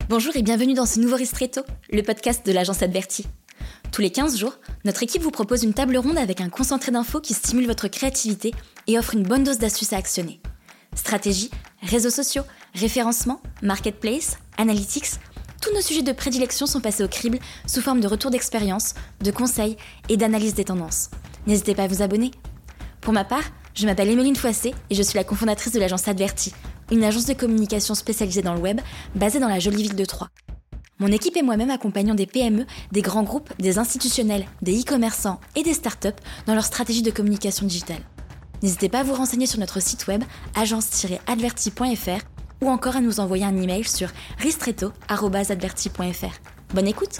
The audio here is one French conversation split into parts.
Bonjour et bienvenue dans ce nouveau Ristretto, le podcast de l'agence Adverti. Tous les 15 jours, notre équipe vous propose une table ronde avec un concentré d'infos qui stimule votre créativité et offre une bonne dose d'astuces à actionner. Stratégie, réseaux sociaux, référencement, marketplace, analytics, tous nos sujets de prédilection sont passés au crible sous forme de retours d'expérience, de conseils et d'analyse des tendances. N'hésitez pas à vous abonner. Pour ma part, je m'appelle Emeline Foissé et je suis la cofondatrice de l'agence Adverti, une agence de communication spécialisée dans le web, basée dans la jolie ville de Troyes. Mon équipe et moi-même accompagnons des PME, des grands groupes, des institutionnels, des e-commerçants et des startups dans leur stratégie de communication digitale. N'hésitez pas à vous renseigner sur notre site web agence-adverti.fr ou encore à nous envoyer un email sur ristretto@adverti.fr. Bonne écoute!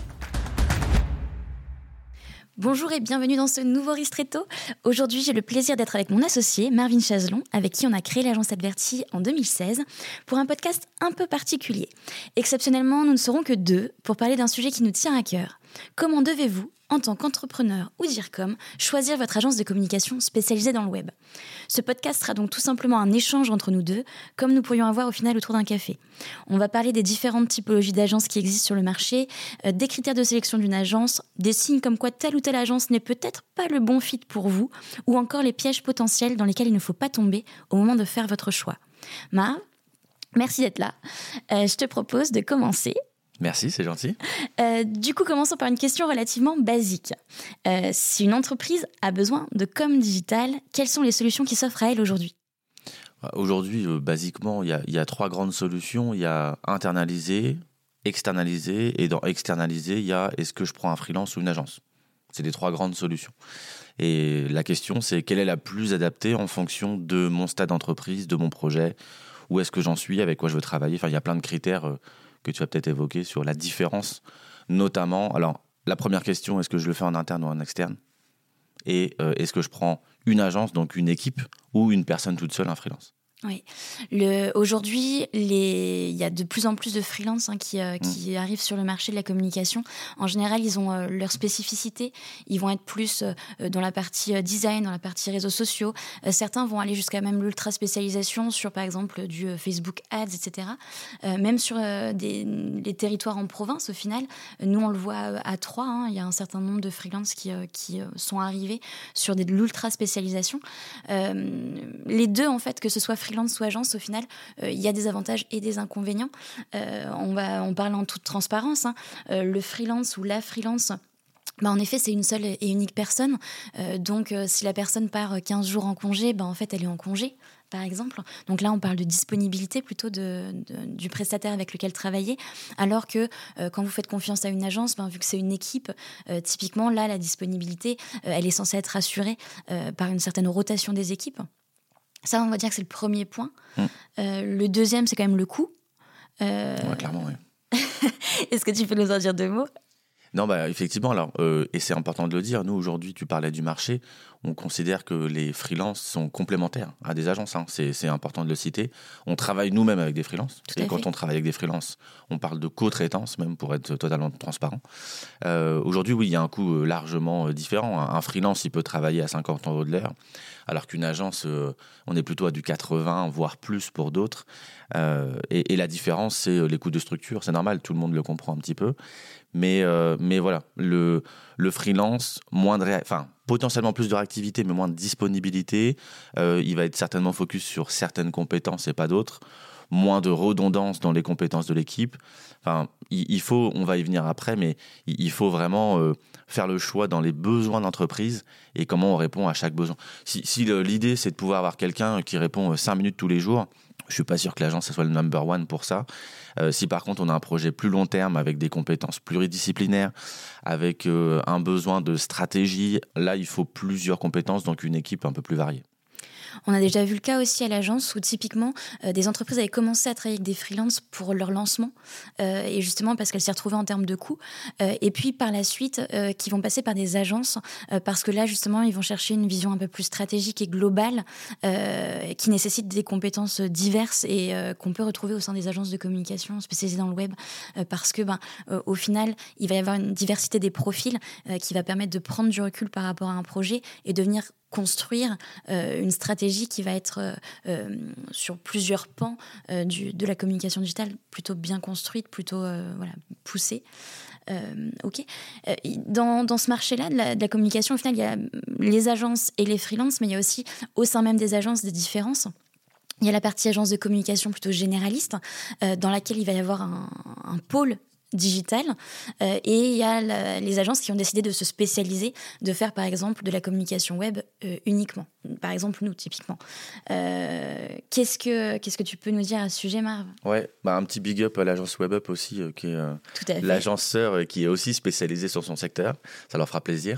Bonjour et bienvenue dans ce nouveau Ristretto. Aujourd'hui, j'ai le plaisir d'être avec mon associé, Marvin Chazelon, avec qui on a créé l'agence Adverti en 2016, pour un podcast un peu particulier. Exceptionnellement, nous ne serons que deux pour parler d'un sujet qui nous tient à cœur. Comment devez-vous, en tant qu'entrepreneur ou DIRCOM, choisir votre agence de communication spécialisée dans le web? Ce podcast sera donc tout simplement un échange entre nous deux, comme nous pourrions avoir au final autour d'un café. On va parler des différentes typologies d'agences qui existent sur le marché, des critères de sélection d'une agence, des signes comme quoi telle ou telle agence n'est peut-être pas le bon fit pour vous, ou encore les pièges potentiels dans lesquels il ne faut pas tomber au moment de faire votre choix. Marv, merci d'être là. Je te propose de commencer. Merci, c'est gentil. Du coup, commençons par une question relativement basique. Si une entreprise a besoin de com digital, quelles sont les solutions qui s'offrent à elle aujourd'hui ? Aujourd'hui, basiquement, il y a trois grandes solutions. Il y a internaliser, externaliser, et dans externaliser, il y a est-ce que je prends un freelance ou une agence ? C'est les trois grandes solutions. Et la question, c'est quelle est la plus adaptée en fonction de mon stade d'entreprise, de mon projet, où est-ce que j'en suis, avec quoi je veux travailler. Enfin, il y a plein de critères que tu vas peut-être évoquer sur la différence, notamment. Alors, la première question, est-ce que je le fais en interne ou en externe ? Et est-ce que je prends une agence, donc une équipe, ou une personne toute seule, un freelance ? Oui. Aujourd'hui, il y a de plus en plus de freelance qui arrivent sur le marché de la communication. En général, ils ont leur spécificité. Ils vont être plus dans la partie design, dans la partie réseaux sociaux. Certains vont aller jusqu'à même l'ultra spécialisation sur, par exemple, du Facebook Ads, etc. Même sur les territoires en province, au final. Nous, on le voit à Troyes. Il y a un certain nombre de freelance qui sont arrivés sur de l'ultra spécialisation. Les deux, en fait, que ce soit freelance ou agence, au final, il y a des avantages et des inconvénients. On parle en toute transparence. Le freelance ou la freelance, en effet, c'est une seule et unique personne. Donc, si la personne part 15 jours en congé, en fait, elle est en congé, par exemple. Donc là, on parle de disponibilité plutôt du prestataire avec lequel travailler. Alors que quand vous faites confiance à une agence, vu que c'est une équipe, typiquement, là, la disponibilité, elle est censée être assurée par une certaine rotation des équipes. Ça, on va dire que c'est le premier point. Le deuxième, c'est quand même le coût. Ouais, clairement, oui. Est-ce que tu peux nous en dire deux mots ? Non, effectivement, alors, et c'est important de le dire, nous, aujourd'hui, tu parlais du marché, on considère que les freelances sont complémentaires à des agences, c'est important de le citer. On travaille nous-mêmes avec des freelances, et quand on travaille avec des freelances, on parle de co-traitance, même pour être totalement transparent. Aujourd'hui, oui, il y a un coût largement différent. Un freelance, il peut travailler à 50 € de l'heure, alors qu'une agence, on est plutôt à du 80, voire plus pour d'autres. Et la différence, c'est les coûts de structure, c'est normal, tout le monde le comprend un petit peu. Mais voilà, le freelance, potentiellement plus de réactivité, mais moins de disponibilité. Il va être certainement focus sur certaines compétences et pas d'autres. Moins de redondance dans les compétences de l'équipe. Enfin, on va y venir après, mais il faut vraiment faire le choix dans les besoins d'entreprise et comment on répond à chaque besoin. Si l'idée, c'est de pouvoir avoir quelqu'un qui répond 5 minutes tous les jours, je suis pas sûr que l'agence soit le number one pour ça. Si par contre on a un projet plus long terme avec des compétences pluridisciplinaires, avec un besoin de stratégie, là il faut plusieurs compétences, donc une équipe un peu plus variée. On a déjà vu le cas aussi à l'agence où typiquement des entreprises avaient commencé à travailler avec des freelances pour leur lancement et justement parce qu'elles s'y retrouvaient en termes de coûts et puis par la suite qui vont passer par des agences parce que là justement ils vont chercher une vision un peu plus stratégique et globale qui nécessite des compétences diverses et qu'on peut retrouver au sein des agences de communication spécialisées dans le web parce que au final il va y avoir une diversité des profils qui va permettre de prendre du recul par rapport à un projet et de venir construire une stratégie qui va être sur plusieurs pans de la communication digitale, plutôt bien construite, plutôt poussée. Ok. Dans ce marché-là de la communication, au final, il y a les agences et les freelances, mais il y a aussi au sein même des agences des différences. Il y a la partie agence de communication plutôt généraliste, dans laquelle il va y avoir un pôle digital, et il y a les agences qui ont décidé de se spécialiser, de faire par exemple de la communication web uniquement. Par exemple, nous, typiquement. Qu'est-ce que tu peux nous dire à ce sujet, Marv ? Ouais, un petit big up à l'agence WebUp aussi, qui est l'agence sœur qui est aussi spécialisée sur son secteur. Ça leur fera plaisir.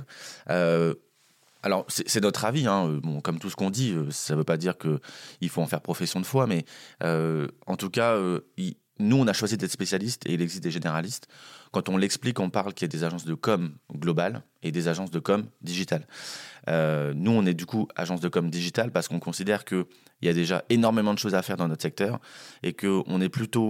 Alors, c'est notre avis, bon, comme tout ce qu'on dit, ça ne veut pas dire qu'il faut en faire profession de foi, mais en tout cas, nous, on a choisi d'être spécialistes et il existe des généralistes. Quand on l'explique, on parle qu'il y a des agences de com globales et des agences de com digitales. Nous, on est du coup agence de com digitale parce qu'on considère qu'il y a déjà énormément de choses à faire dans notre secteur et qu'on est plutôt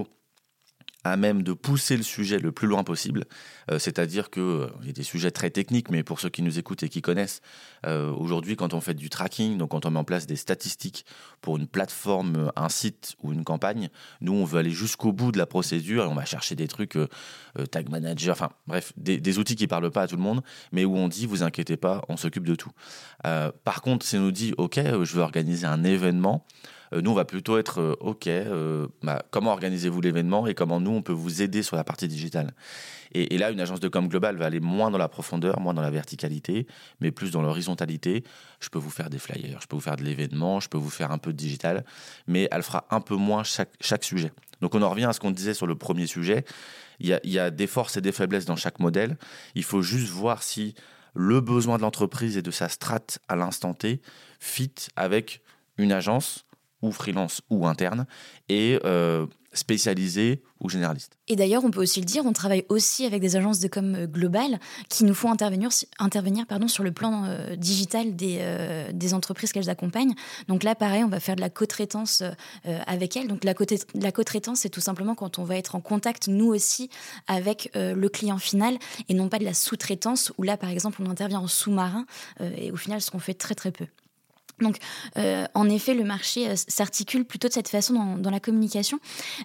à même de pousser le sujet le plus loin possible, c'est-à-dire qu'il y a des sujets très techniques, mais pour ceux qui nous écoutent et qui connaissent, aujourd'hui quand on fait du tracking, donc quand on met en place des statistiques pour une plateforme, un site ou une campagne, nous on veut aller jusqu'au bout de la procédure et on va chercher des trucs, tag manager, enfin bref, des outils qui ne parlent pas à tout le monde, mais où on dit vous inquiétez pas, on s'occupe de tout. Par contre, si on nous dit ok, je veux organiser un événement, nous, on va plutôt être comment organisez-vous l'événement et comment nous, on peut vous aider sur la partie digitale. Et là, une agence de com globale va aller moins dans la profondeur, moins dans la verticalité, mais plus dans l'horizontalité. Je peux vous faire des flyers, je peux vous faire de l'événement, je peux vous faire un peu de digital, mais elle fera un peu moins chaque sujet. Donc, on en revient à ce qu'on disait sur le premier sujet. Il y a des forces et des faiblesses dans chaque modèle. Il faut juste voir si le besoin de l'entreprise et de sa strate à l'instant T fit avec une agence ou freelance ou interne, et spécialisé ou généraliste. Et d'ailleurs, on peut aussi le dire, on travaille aussi avec des agences de com globales qui nous font intervenir sur le plan digital des entreprises qu'elles accompagnent. Donc là, pareil, on va faire de la co-traitance avec elles. Donc la co-traitance, c'est tout simplement quand on va être en contact, nous aussi, avec le client final, et non pas de la sous-traitance, où là, par exemple, on intervient en sous-marin, et au final, ce qu'on fait très, très peu. Donc, en effet, le marché s'articule plutôt de cette façon dans la communication.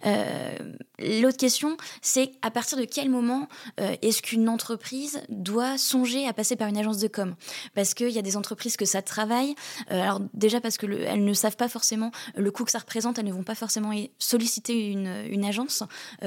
L'autre question, c'est à partir de quel moment est-ce qu'une entreprise doit songer à passer par une agence de com ? Parce qu'il y a des entreprises que ça travaille. Alors déjà parce que elles ne savent pas forcément le coût que ça représente, elles ne vont pas forcément solliciter une agence.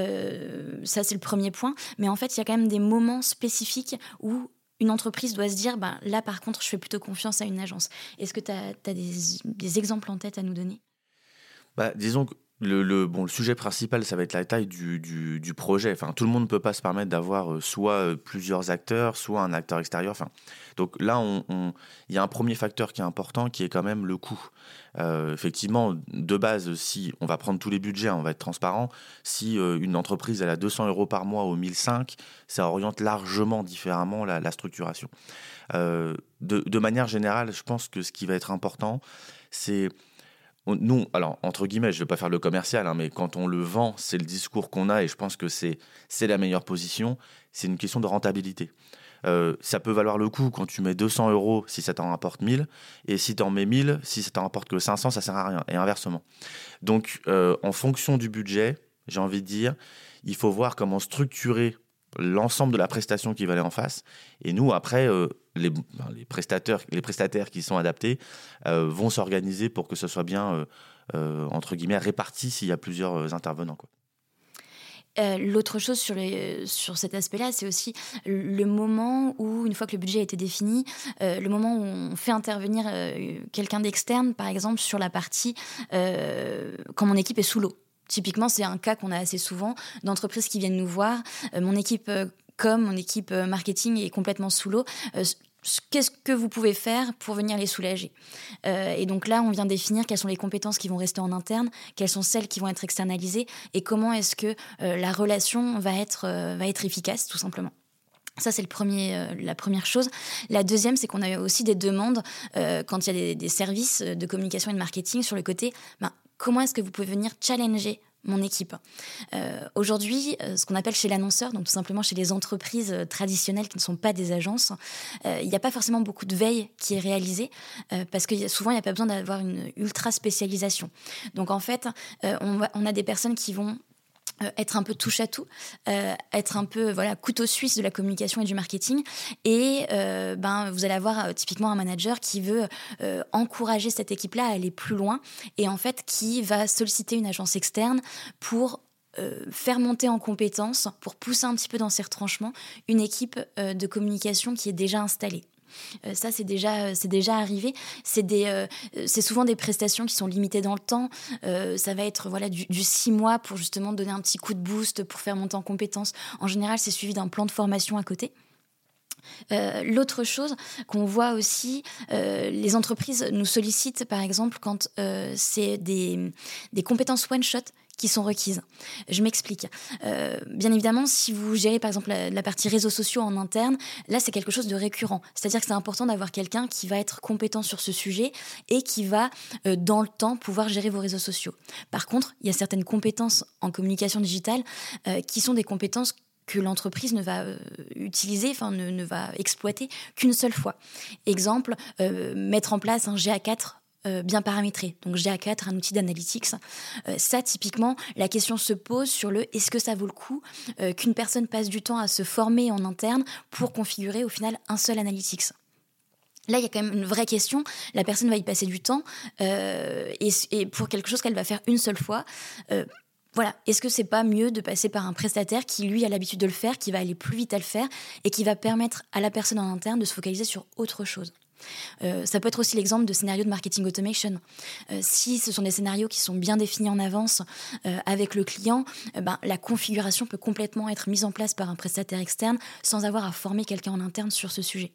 Ça, c'est le premier point. Mais en fait, il y a quand même des moments spécifiques où une entreprise doit se dire, là, par contre, je fais plutôt confiance à une agence. Est-ce que tu as des exemples en tête à nous donner ? Disons que le sujet principal, ça va être la taille du projet. Enfin, tout le monde ne peut pas se permettre d'avoir soit plusieurs acteurs, soit un acteur extérieur. Enfin, donc là, il y a un premier facteur qui est important, qui est quand même le coût. Effectivement, de base, si on va prendre tous les budgets, on va être transparent. Si une entreprise elle a 200 € par mois au 1005, ça oriente largement différemment la structuration. De manière générale, je pense que ce qui va être important, c'est nous, alors entre guillemets, je ne vais pas faire le commercial, mais quand on le vend, c'est le discours qu'on a et je pense que c'est la meilleure position. C'est une question de rentabilité. Ça peut valoir le coup quand tu mets 200 € si ça t'en rapporte 1000, et si tu en mets 1000, si ça t'en rapporte que 500, ça sert à rien, et inversement. Donc, en fonction du budget, j'ai envie de dire, il faut voir comment structurer l'ensemble de la prestation qui va aller en face. Et nous, après, les prestataires qui sont adaptés vont s'organiser pour que ce soit bien, entre guillemets, réparti s'il y a plusieurs intervenants, quoi. L'autre chose sur cet aspect-là, c'est aussi le moment où, une fois que le budget a été défini, le moment où on fait intervenir quelqu'un d'externe, par exemple, sur la partie quand mon équipe est sous l'eau. Typiquement, c'est un cas qu'on a assez souvent d'entreprises qui viennent nous voir. Mon équipe mon équipe marketing est complètement sous l'eau. Qu'est-ce que vous pouvez faire pour venir les soulager ? Et donc là, on vient définir quelles sont les compétences qui vont rester en interne, quelles sont celles qui vont être externalisées et comment est-ce que la relation va être efficace, tout simplement. Ça, c'est la première chose. La deuxième, c'est qu'on a aussi des demandes quand il y a des services de communication et de marketing sur le côté comment est-ce que vous pouvez venir challenger mon équipe. Aujourd'hui, ce qu'on appelle chez l'annonceur, donc tout simplement chez les entreprises traditionnelles qui ne sont pas des agences, il n'y a pas forcément beaucoup de veille qui est réalisée parce que souvent, il n'y a pas besoin d'avoir une ultra spécialisation. Donc en fait, on a des personnes qui vont être un peu touche à tout, être un peu couteau suisse de la communication et du marketing, et vous allez avoir typiquement un manager qui veut encourager cette équipe-là à aller plus loin, et en fait qui va solliciter une agence externe pour faire monter en compétences, pour pousser un petit peu dans ses retranchements une équipe de communication qui est déjà installée. Ça, c'est déjà arrivé. C'est souvent des prestations qui sont limitées dans le temps. Ça va être du 6 mois pour justement donner un petit coup de boost, pour faire monter en compétences. En général, c'est suivi d'un plan de formation à côté. L'autre chose qu'on voit aussi, les entreprises nous sollicitent par exemple quand c'est des compétences one-shot qui sont requises. Je m'explique. Bien évidemment, si vous gérez par exemple la partie réseaux sociaux en interne, là c'est quelque chose de récurrent. C'est-à-dire que c'est important d'avoir quelqu'un qui va être compétent sur ce sujet et qui va, dans le temps, pouvoir gérer vos réseaux sociaux. Par contre, il y a certaines compétences en communication digitale qui sont des compétences que l'entreprise ne va utiliser, ne va exploiter qu'une seule fois. Exemple, mettre en place un GA4 bien paramétré. Donc GA4, un outil d'analytics. Ça, typiquement, la question se pose sur est-ce que ça vaut le coup qu'une personne passe du temps à se former en interne pour configurer au final un seul analytics. Là, il y a quand même une vraie question. La personne va y passer du temps et pour quelque chose qu'elle va faire une seule fois. Est-ce que c'est pas mieux de passer par un prestataire qui, lui, a l'habitude de le faire, qui va aller plus vite à le faire et qui va permettre à la personne en interne de se focaliser sur autre chose. Ça peut être aussi l'exemple de scénarios de marketing automation. Si ce sont des scénarios qui sont bien définis en avance avec le client, la configuration peut complètement être mise en place par un prestataire externe sans avoir à former quelqu'un en interne sur ce sujet.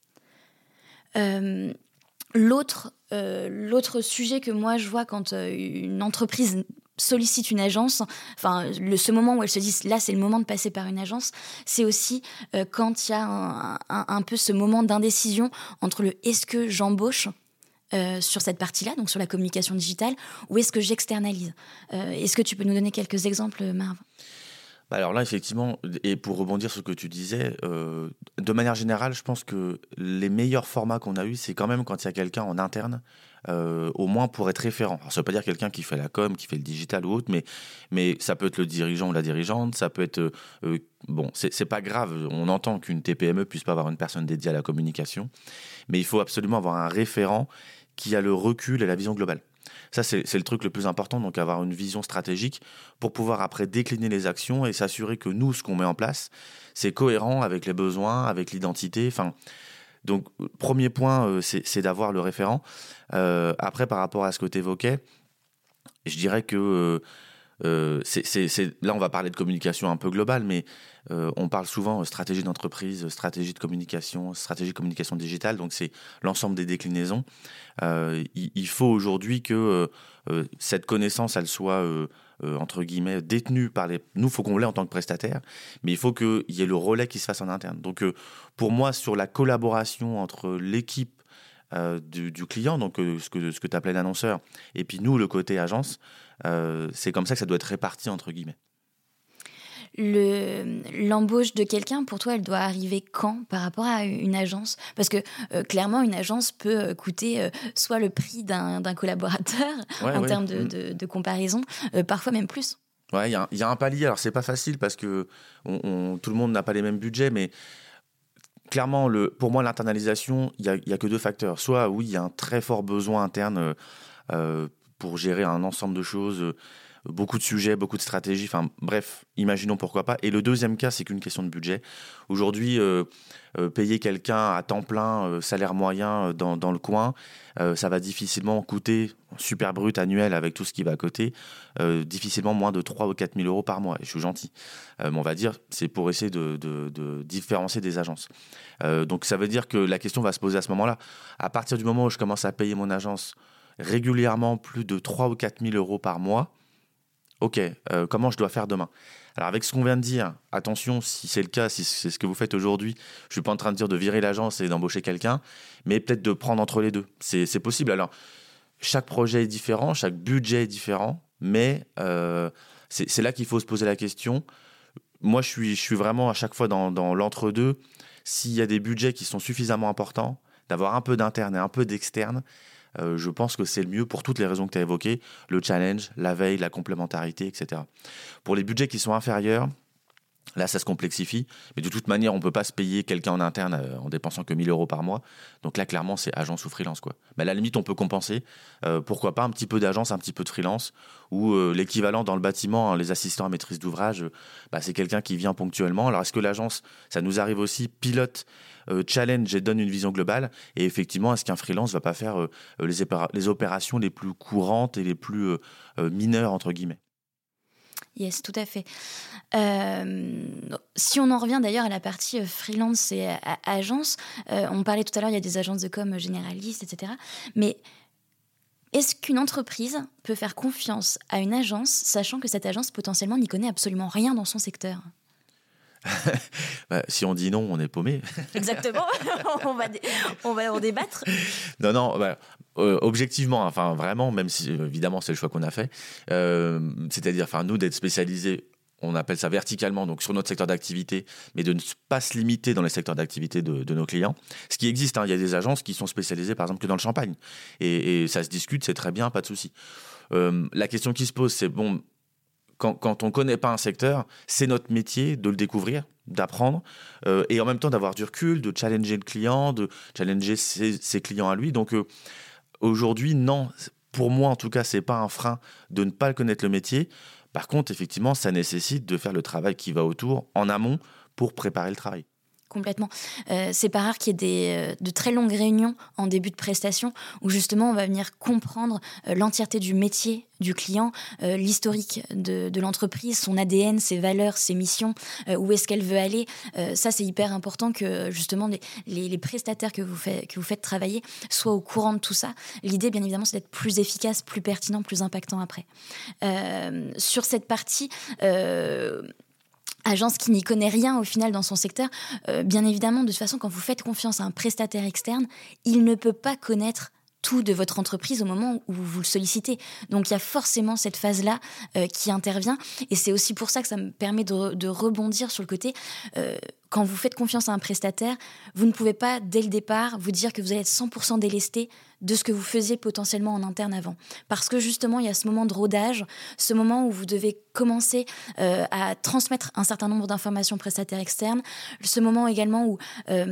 L'autre sujet que moi je vois quand une entreprise sollicite une agence, ce moment où elle se dit là c'est le moment de passer par une agence, c'est aussi quand il y a un peu ce moment d'indécision entre est-ce que j'embauche sur cette partie-là, donc sur la communication digitale, ou est-ce que j'externalise. Est-ce que tu peux nous donner quelques exemples, Marv ? Alors là, effectivement, et pour rebondir sur ce que tu disais, de manière générale, je pense que les meilleurs formats qu'on a eus, c'est quand même quand il y a quelqu'un en interne, au moins pour être référent. Alors, ça ne veut pas dire quelqu'un qui fait la com, qui fait le digital ou autre, mais ça peut être le dirigeant ou la dirigeante, ça peut être... c'est pas grave, on entend qu'une TPME puisse pas avoir une personne dédiée à la communication, mais il faut absolument avoir un référent qui a le recul et la vision globale. Ça, c'est le truc le plus important, donc avoir une vision stratégique pour pouvoir après décliner les actions et s'assurer que nous, ce qu'on met en place, c'est cohérent avec les besoins, avec l'identité. Donc, premier point, c'est d'avoir le référent. Après, par rapport à ce que tu évoquais, je dirais que là, on va parler de communication un peu globale, mais on parle souvent stratégie d'entreprise, stratégie de communication digitale, donc c'est l'ensemble des déclinaisons. Il faut aujourd'hui que cette connaissance, elle soit entre guillemets détenue par nous, il faut qu'on l'ait en tant que prestataire, mais il faut qu'il y ait le relais qui se fasse en interne. Donc pour moi, sur la collaboration entre l'équipe du client, donc ce que tu appelais l'annonceur, et puis nous, le côté agence, c'est comme ça que ça doit être réparti entre guillemets. L'embauche de quelqu'un, pour toi, elle doit arriver quand par rapport à une agence ? Parce que clairement, une agence peut coûter soit le prix d'un collaborateur en termes de comparaison, parfois même plus. Ouais, il y a un palier. Alors, c'est pas facile parce que tout le monde n'a pas les mêmes budgets, mais clairement, pour moi, l'internalisation, il y a que deux facteurs. Soit, oui, il y a un très fort besoin interne pour gérer un ensemble de choses, beaucoup de sujets, beaucoup de stratégies, bref, imaginons pourquoi pas. Et le deuxième cas, c'est qu'une question de budget. Aujourd'hui, payer quelqu'un à temps plein, salaire moyen dans le coin, ça va difficilement coûter, super brut annuel avec tout ce qui va à côté, difficilement moins de 3 ou 4 000 euros par mois. Et je suis gentil. Mais on va dire, c'est pour essayer de différencier des agences. Donc ça veut dire que la question va se poser à ce moment-là. À partir du moment où je commence à payer mon agence régulièrement plus de 3 ou 4 000 euros par mois, ok, comment je dois faire demain ? Alors avec ce qu'on vient de dire, attention, si c'est le cas, si c'est ce que vous faites aujourd'hui, je ne suis pas en train de dire de virer l'agence et d'embaucher quelqu'un, mais peut-être de prendre entre les deux. C'est possible. Alors, chaque projet est différent, chaque budget est différent, mais c'est là qu'il faut se poser la question. Moi, je suis vraiment à chaque fois dans l'entre-deux. S'il y a des budgets qui sont suffisamment importants, d'avoir un peu d'interne et un peu d'externe, je pense que c'est le mieux pour toutes les raisons que tu as évoquées, le challenge, la veille, la complémentarité, etc. Pour les budgets qui sont inférieurs, là, ça se complexifie, mais de toute manière, on ne peut pas se payer quelqu'un en interne en dépensant que 1 000 € par mois. Donc là, clairement, c'est agence ou freelance, quoi. Mais à la limite, on peut compenser. Pourquoi pas un petit peu d'agence, un petit peu de freelance, ou l'équivalent dans le bâtiment, hein, les assistants à maîtrise d'ouvrage, c'est quelqu'un qui vient ponctuellement. Alors, est-ce que l'agence, ça nous arrive aussi, pilote, challenge et donne une vision globale? Et effectivement, est-ce qu'un freelance ne va pas faire les opérations les plus courantes et les plus mineures, entre guillemets? Yes, tout à fait. Si on en revient d'ailleurs à la partie freelance et agence, on parlait tout à l'heure, il y a des agences de com généralistes, etc. Mais est-ce qu'une entreprise peut faire confiance à une agence, sachant que cette agence potentiellement n'y connaît absolument rien dans son secteur? Si on dit non, on est paumé. Exactement, on va en débattre. Non, objectivement, enfin vraiment, même si évidemment c'est le choix qu'on a fait, c'est-à-dire, nous d'être spécialisés, on appelle ça verticalement, donc sur notre secteur d'activité, mais de ne pas se limiter dans les secteurs d'activité de nos clients. Ce qui existe, il y a des agences qui sont spécialisées par exemple que dans le champagne, et ça se discute, c'est très bien, pas de souci. La question qui se pose, c'est bon. Quand on ne connaît pas un secteur, c'est notre métier de le découvrir, d'apprendre, et en même temps d'avoir du recul, de challenger le client, de challenger ses clients à lui. Donc aujourd'hui, non, pour moi en tout cas, ce n'est pas un frein de ne pas connaître le métier. Par contre, effectivement, ça nécessite de faire le travail qui va autour, en amont, pour préparer le travail. Complètement. C'est pas rare qu'il y ait de très longues réunions en début de prestation où justement on va venir comprendre l'entièreté du métier du client, l'historique de l'entreprise, son ADN, ses valeurs, ses missions, où est-ce qu'elle veut aller. Ça, c'est hyper important que justement les prestataires que vous faites travailler soient au courant de tout ça. L'idée, bien évidemment, c'est d'être plus efficace, plus pertinent, plus impactant après. Sur cette partie... agence qui n'y connaît rien au final dans son secteur, bien évidemment, de toute façon, quand vous faites confiance à un prestataire externe, il ne peut pas connaître tout de votre entreprise au moment où vous le sollicitez. Donc, il y a forcément cette phase-là qui intervient. Et c'est aussi pour ça que ça me permet de rebondir sur le côté... quand vous faites confiance à un prestataire, vous ne pouvez pas, dès le départ, vous dire que vous allez être 100% délesté de ce que vous faisiez potentiellement en interne avant. Parce que justement, il y a ce moment de rodage, ce moment où vous devez commencer à transmettre un certain nombre d'informations aux prestataires externes, ce moment également où...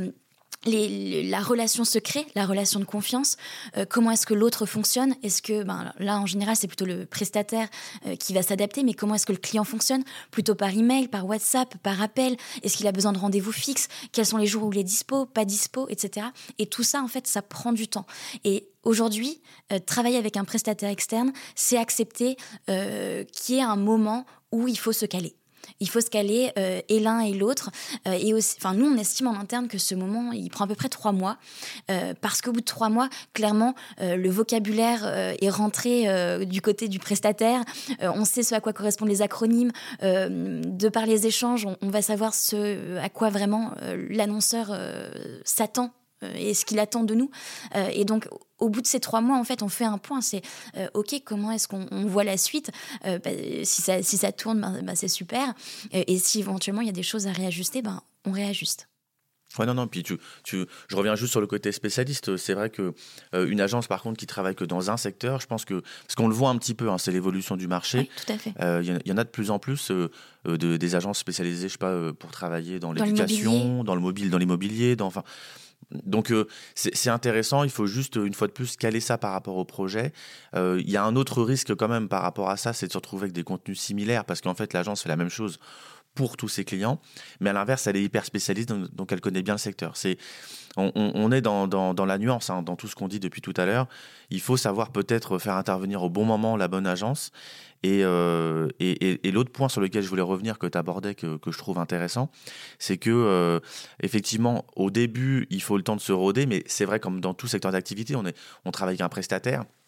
la relation se crée, la relation de confiance, comment est-ce que l'autre fonctionne, est-ce que, là en général c'est plutôt le prestataire qui va s'adapter, mais comment est-ce que le client fonctionne, plutôt par email, par WhatsApp, par appel, est-ce qu'il a besoin de rendez-vous fixes, quels sont les jours où il est dispo, pas dispo, etc. Et tout ça en fait ça prend du temps. Et aujourd'hui, travailler avec un prestataire externe, c'est accepter qu'il y ait un moment où il faut se caler. Il faut se caler et l'un et l'autre. Et aussi, nous, on estime en interne que ce moment, il prend à peu près 3 mois. Parce qu'au bout de 3 mois, clairement, le vocabulaire est rentré du côté du prestataire. On sait ce à quoi correspondent les acronymes. De par les échanges, on va savoir ce à quoi vraiment l'annonceur s'attend et ce qu'il attend de nous. Et donc, au bout de ces 3 mois, en fait, on fait un point. C'est OK, comment est-ce qu'on voit la suite? Si ça tourne, c'est super. Et si éventuellement il y a des choses à réajuster, on réajuste. Ouais, non, puis je reviens juste sur le côté spécialiste. C'est vrai que une agence, par contre, qui travaille que dans un secteur, je pense que, parce qu'on le voit un petit peu, c'est l'évolution du marché. Oui, tout à fait. Il y en a de plus en plus des agences spécialisées, je sais pas, pour travailler dans l'éducation, dans le mobile, dans l'immobilier, donc c'est intéressant, il faut juste une fois de plus caler ça par rapport au projet. Il y a un autre risque quand même par rapport à ça, c'est de se retrouver avec des contenus similaires, parce qu'en fait l'agence fait la même chose pour tous ses clients, mais à l'inverse elle est hyper spécialiste, donc elle connaît bien le secteur. On est dans la nuance, dans tout ce qu'on dit depuis tout à l'heure. Il faut savoir peut-être faire intervenir au bon moment la bonne agence. Et l'autre point sur lequel je voulais revenir, que tu abordais, que je trouve intéressant, c'est que effectivement, au début, il faut le temps de se roder, mais c'est vrai, comme dans tout secteur d'activité, on travaille avec un prestataire.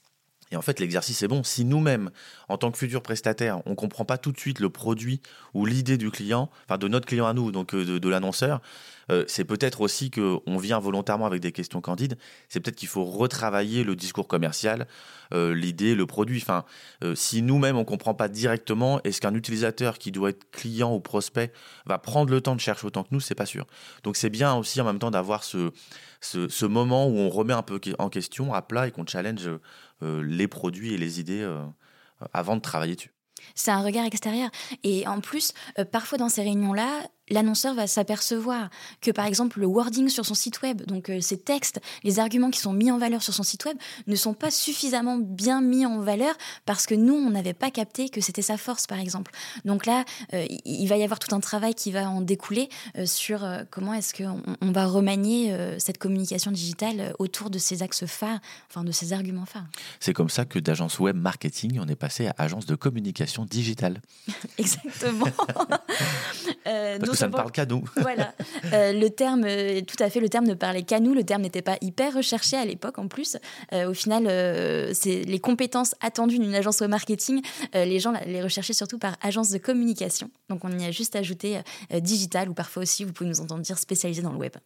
Et en fait, l'exercice est bon. Si nous-mêmes, en tant que futurs prestataires, on ne comprend pas tout de suite le produit ou l'idée du client, enfin de notre client à nous, donc de l'annonceur, c'est peut-être aussi qu'on vient volontairement avec des questions candides. C'est peut-être qu'il faut retravailler le discours commercial, l'idée, le produit. Enfin, si nous-mêmes, on ne comprend pas directement, est-ce qu'un utilisateur qui doit être client ou prospect va prendre le temps de chercher autant que nous? C'est pas sûr. Donc c'est bien aussi en même temps d'avoir ce moment où on remet un peu en question, à plat, et qu'on challenge les produits et les idées avant de travailler dessus. C'est un regard extérieur. Et en plus, parfois dans ces réunions-là, l'annonceur va s'apercevoir que, par exemple, le wording sur son site web, donc ces textes, les arguments qui sont mis en valeur sur son site web, ne sont pas suffisamment bien mis en valeur parce que nous, on n'avait pas capté que c'était sa force, par exemple. Donc là, il va y avoir tout un travail qui va en découler sur comment est-ce qu'on va remanier cette communication digitale autour de ces axes phares, enfin de ces arguments phares. C'est comme ça que d'agence web marketing, on est passé à agence de communication digitale. Exactement. Parce que ça ne parle qu'à nous. Voilà. Le terme, tout à fait, le terme ne parlait qu'à nous. Le terme n'était pas hyper recherché à l'époque en plus. Au final, c'est les compétences attendues d'une agence web marketing. Les gens les recherchaient surtout par agence de communication. Donc on y a juste ajouté digital, ou parfois aussi, vous pouvez nous entendre dire spécialisé dans le web.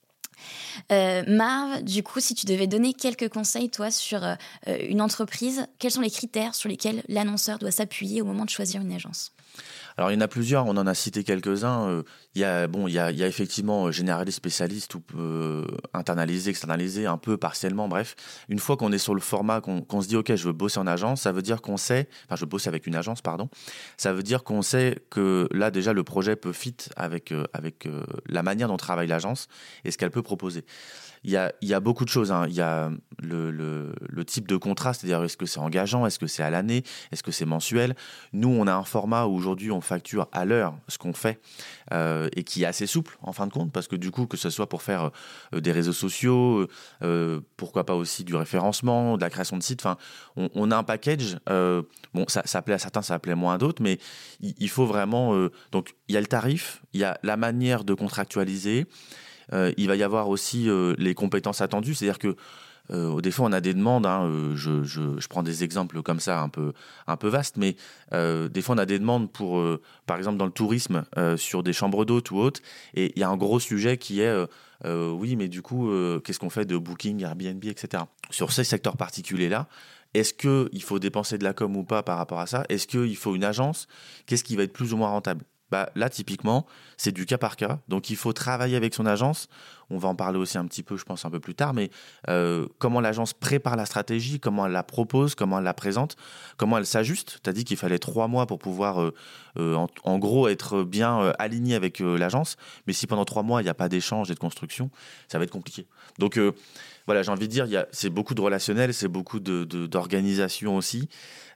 Marv, du coup, si tu devais donner quelques conseils, toi, sur une entreprise, quels sont les critères sur lesquels l'annonceur doit s'appuyer au moment de choisir une agence ? Alors, il y en a plusieurs, on en a cité quelques-uns. Il y a effectivement généraliste, spécialiste, ou internalisé, externalisé, un peu partiellement, bref. Une fois qu'on est sur le format, qu'on se dit « Ok, je veux bosser en agence », ça veut dire qu'on sait... Enfin, je veux bosser avec une agence, pardon. Ça veut dire qu'on sait que là, déjà, le projet peut fit avec la manière dont travaille l'agence et ce qu'elle peut proposer. Il y a beaucoup de choses. Hein. Il y a le type de contrat, c'est-à-dire est-ce que c'est engageant, est-ce que c'est à l'année, est-ce que c'est mensuel. Nous, on a un format où aujourd'hui on facture à l'heure ce qu'on fait et qui est assez souple en fin de compte, parce que du coup, que ce soit pour faire des réseaux sociaux, pourquoi pas aussi du référencement, de la création de sites, enfin, on a un package. Bon, ça plaît à certains, ça plaît moins à d'autres, mais il faut vraiment... donc, il y a le tarif, il y a la manière de contractualiser. Il va y avoir aussi les compétences attendues, c'est-à-dire que des fois on a des demandes, hein, je prends des exemples comme ça un peu vastes, mais des fois on a des demandes pour, par exemple dans le tourisme, sur des chambres d'hôtes ou autres, et il y a un gros sujet qui est oui, mais du coup, qu'est-ce qu'on fait de Booking, Airbnb, etc. Sur ces secteurs particuliers-là, est-ce qu'il faut dépenser de la com ou pas par rapport à ça? Est-ce qu'il faut une agence? Qu'est-ce qui va être plus ou moins rentable? Bah, là, typiquement, c'est du cas par cas. Donc, il faut travailler avec son agence. On va en parler aussi un petit peu, je pense, un peu plus tard. Mais comment l'agence prépare la stratégie, comment elle la propose, comment elle la présente, comment elle s'ajuste. Tu as dit qu'il fallait 3 mois pour pouvoir, en gros, être bien aligné avec l'agence. Mais si pendant 3 mois, il n'y a pas d'échange et de construction, ça va être compliqué. Donc, voilà, j'ai envie de dire, c'est beaucoup de relationnel, c'est beaucoup d'organisation aussi.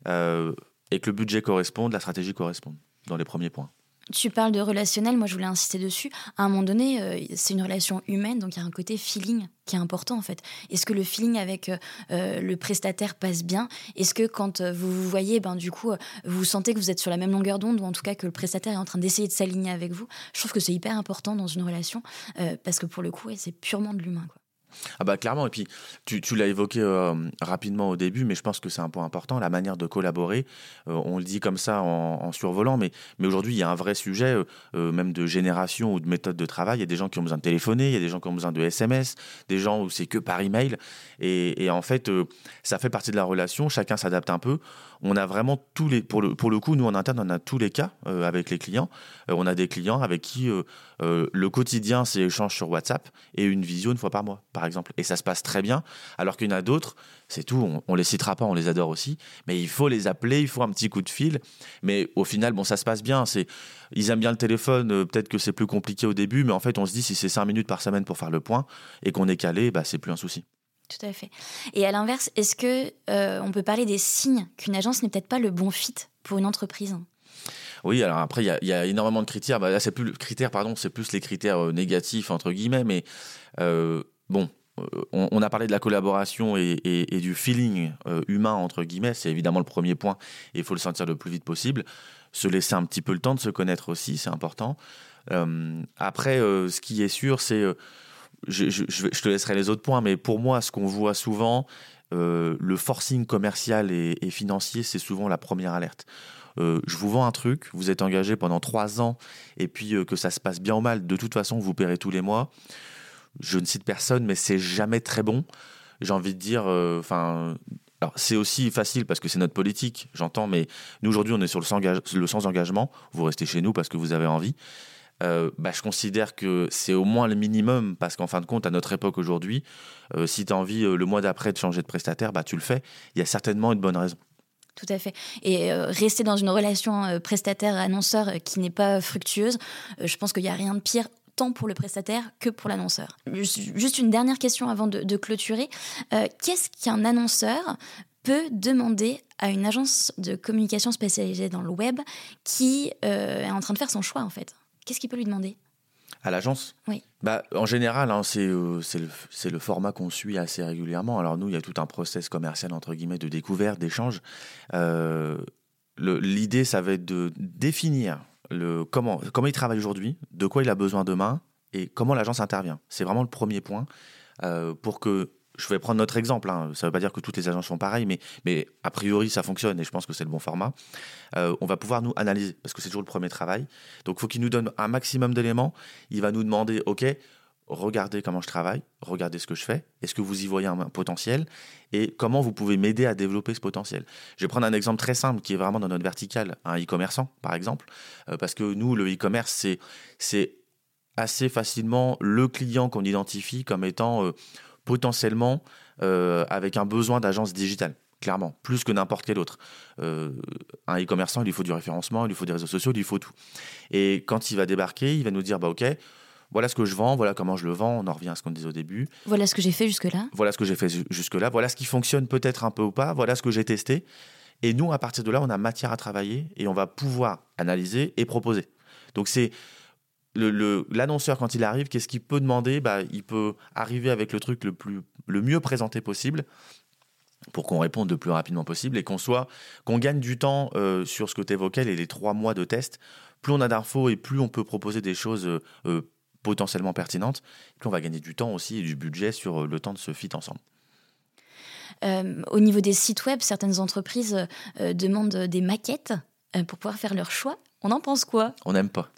Et que le budget corresponde, la stratégie corresponde, dans les premiers points. Tu parles de relationnel, moi je voulais insister dessus. À un moment donné, c'est une relation humaine, donc il y a un côté feeling qui est important en fait. Est-ce que le feeling avec le prestataire passe bien? Est-ce que quand vous vous voyez, du coup, vous sentez que vous êtes sur la même longueur d'onde, ou en tout cas que le prestataire est en train d'essayer de s'aligner avec vous? Je trouve que c'est hyper important dans une relation, parce que pour le coup, c'est purement de l'humain, quoi. Ah bah clairement, et puis tu l'as évoqué rapidement au début, mais je pense que c'est un point important, la manière de collaborer. On le dit comme ça en survolant, mais aujourd'hui il y a un vrai sujet, même de génération ou de méthode de travail. Il y a des gens qui ont besoin de téléphoner, il y a des gens qui ont besoin de SMS, des gens où c'est que par email, et en fait ça fait partie de la relation, chacun s'adapte un peu. On a vraiment tous les, pour le coup, nous en interne, on a tous les cas avec les clients. On a des clients avec qui le quotidien c'est échange sur WhatsApp et une visio une fois par mois, par exemple. Et ça se passe très bien, alors qu'il y en a d'autres, c'est tout, on les citera pas, on les adore aussi, mais il faut les appeler, il faut un petit coup de fil. Mais au final, bon, ça se passe bien. Ils aiment bien le téléphone, peut-être que c'est plus compliqué au début, mais en fait, on se dit, si c'est 5 minutes par semaine pour faire le point et qu'on est calé, c'est plus un souci. Tout à fait. Et à l'inverse, est-ce que on peut parler des signes qu'une agence n'est peut-être pas le bon fit pour une entreprise? Oui, alors après, il y a énormément de critères. Là, c'est plus c'est plus les critères négatifs, entre guillemets, mais bon, on a parlé de la collaboration et du feeling humain, entre guillemets. C'est évidemment le premier point, et il faut le sentir le plus vite possible. Se laisser un petit peu le temps de se connaître aussi, c'est important. Après, ce qui est sûr, c'est... Je te laisserai les autres points, mais pour moi, ce qu'on voit souvent, le forcing commercial et financier, c'est souvent la première alerte. Je vous vends un truc, vous êtes engagé pendant 3 ans, et puis que ça se passe bien ou mal, de toute façon, vous paierez tous les mois. Je ne cite personne, mais c'est jamais très bon. J'ai envie de dire... alors, c'est aussi facile parce que c'est notre politique, j'entends, mais nous, aujourd'hui, on est sur le sans-engagement. Vous restez chez nous parce que vous avez envie. Je considère que c'est au moins le minimum parce qu'en fin de compte, à notre époque aujourd'hui, si tu as envie le mois d'après de changer de prestataire, tu le fais. Il y a certainement une bonne raison. Tout à fait. Et rester dans une relation prestataire-annonceur qui n'est pas fructueuse, je pense qu'il n'y a rien de pire tant pour le prestataire que pour l'annonceur. Juste une dernière question avant de clôturer. Qu'est-ce qu'un annonceur peut demander à une agence de communication spécialisée dans le web qui est en train de faire son choix, en fait ? Qu'est-ce qu'il peut lui demander ? À l'agence ? Oui. En général, c'est le format qu'on suit assez régulièrement. Alors nous, il y a tout un process commercial, entre guillemets, de découverte, d'échange. L'idée, ça va être de définir comment il travaille aujourd'hui, de quoi il a besoin demain et comment l'agence intervient. C'est vraiment le premier point pour que... Je vais prendre notre exemple, ça ne veut pas dire que toutes les agences sont pareilles, mais a priori ça fonctionne et je pense que c'est le bon format. On va pouvoir nous analyser, parce que c'est toujours le premier travail. Donc il faut qu'il nous donne un maximum d'éléments. Il va nous demander, ok, regardez comment je travaille, regardez ce que je fais, est-ce que vous y voyez un potentiel et comment vous pouvez m'aider à développer ce potentiel. Je vais prendre un exemple très simple qui est vraiment dans notre verticale, un e-commerçant par exemple, parce que nous, le e-commerce, c'est assez facilement le client qu'on identifie comme étant... potentiellement avec un besoin d'agence digitale, clairement, plus que n'importe quel autre. Un e-commerçant, il lui faut du référencement, il lui faut des réseaux sociaux, il lui faut tout. Et quand il va débarquer, il va nous dire, ok, voilà ce que je vends, voilà comment je le vends, on en revient à ce qu'on disait au début. Voilà ce que j'ai fait jusque-là. Voilà ce qui fonctionne peut-être un peu ou pas, voilà ce que j'ai testé. Et nous, à partir de là, on a matière à travailler et on va pouvoir analyser et proposer. Donc c'est... L'annonceur, quand il arrive, qu'est-ce qu'il peut demander ? Il peut arriver avec le truc le mieux présenté possible pour qu'on réponde le plus rapidement possible et qu'on gagne du temps sur ce que tu évoquais, les 3 mois de test. Plus on a d'infos et plus on peut proposer des choses potentiellement pertinentes, plus on va gagner du temps aussi et du budget sur le temps de se fit ensemble. Au niveau des sites web, certaines entreprises demandent des maquettes pour pouvoir faire leur choix. On en pense quoi ? On n'aime pas.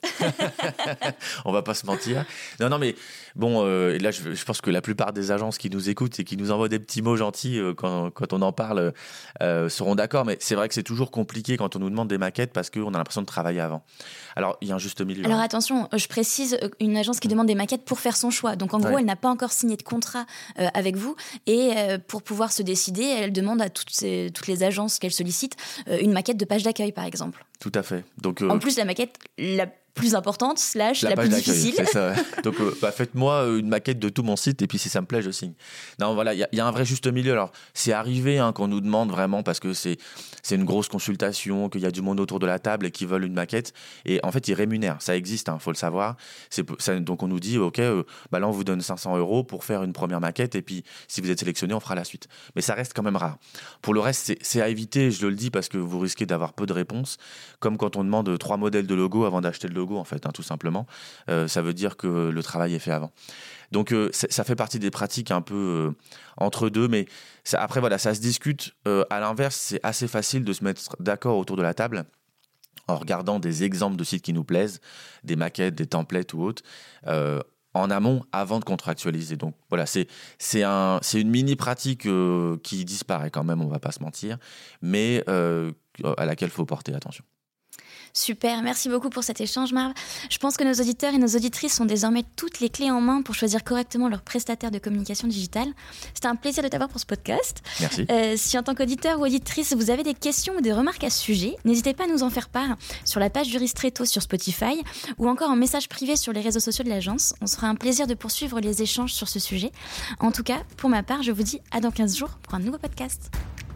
On va pas se mentir. Non, mais bon, là, je pense que la plupart des agences qui nous écoutent et qui nous envoient des petits mots gentils quand on en parle seront d'accord. Mais c'est vrai que c'est toujours compliqué quand on nous demande des maquettes parce qu'on a l'impression de travailler avant. Alors, il y a un juste milieu. Alors, attention, je précise, une agence qui demande des maquettes pour faire son choix. Donc, en gros, elle n'a pas encore signé de contrat avec vous. Et pour pouvoir se décider, elle demande à toutes les agences qu'elle sollicite une maquette de page d'accueil, par exemple. Tout à fait. Donc, en plus, la maquette la plus importante, / la plus difficile. C'est ça, ouais. Donc, faites-moi une maquette de tout mon site et puis si ça me plaît, je signe. Non, voilà, il y a un vrai juste milieu. Alors, c'est arrivé qu'on nous demande vraiment parce que c'est une grosse consultation, qu'il y a du monde autour de la table et qu'ils veulent une maquette. Et en fait, ils rémunèrent. Ça existe, faut le savoir. Donc, on nous dit, OK, là, on vous donne 500 € pour faire une première maquette et puis si vous êtes sélectionné, on fera la suite. Mais ça reste quand même rare. Pour le reste, c'est à éviter, je le dis, parce que vous risquez d'avoir peu de réponses. Comme quand on demande 3 modèles de logo avant d'acheter le logo, en fait, tout simplement. Ça veut dire que le travail est fait avant. Donc, ça fait partie des pratiques un peu entre deux, mais après, voilà, ça se discute. À l'inverse, c'est assez facile de se mettre d'accord autour de la table en regardant des exemples de sites qui nous plaisent, des maquettes, des templates ou autres, en amont, avant de contractualiser. Donc, voilà, c'est une mini-pratique qui disparaît quand même, on ne va pas se mentir, mais à laquelle il faut porter attention. Super, merci beaucoup pour cet échange, Marv. Je pense que nos auditeurs et nos auditrices ont désormais toutes les clés en main pour choisir correctement leur prestataire de communication digitale. C'était un plaisir de t'avoir pour ce podcast. Merci. Si en tant qu'auditeur ou auditrice, vous avez des questions ou des remarques à ce sujet, n'hésitez pas à nous en faire part sur la page du Ristretto sur Spotify ou encore en message privé sur les réseaux sociaux de l'agence. On sera un plaisir de poursuivre les échanges sur ce sujet. En tout cas, pour ma part, je vous dis à dans 15 jours pour un nouveau podcast.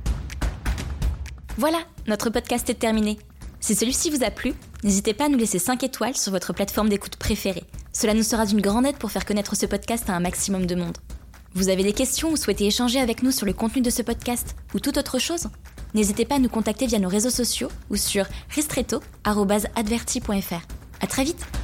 Voilà, notre podcast est terminé. Si celui-ci vous a plu, n'hésitez pas à nous laisser 5 étoiles sur votre plateforme d'écoute préférée. Cela nous sera d'une grande aide pour faire connaître ce podcast à un maximum de monde. Vous avez des questions ou souhaitez échanger avec nous sur le contenu de ce podcast ou toute autre chose ? N'hésitez pas à nous contacter via nos réseaux sociaux ou sur ristretto@adverti.fr. À très vite.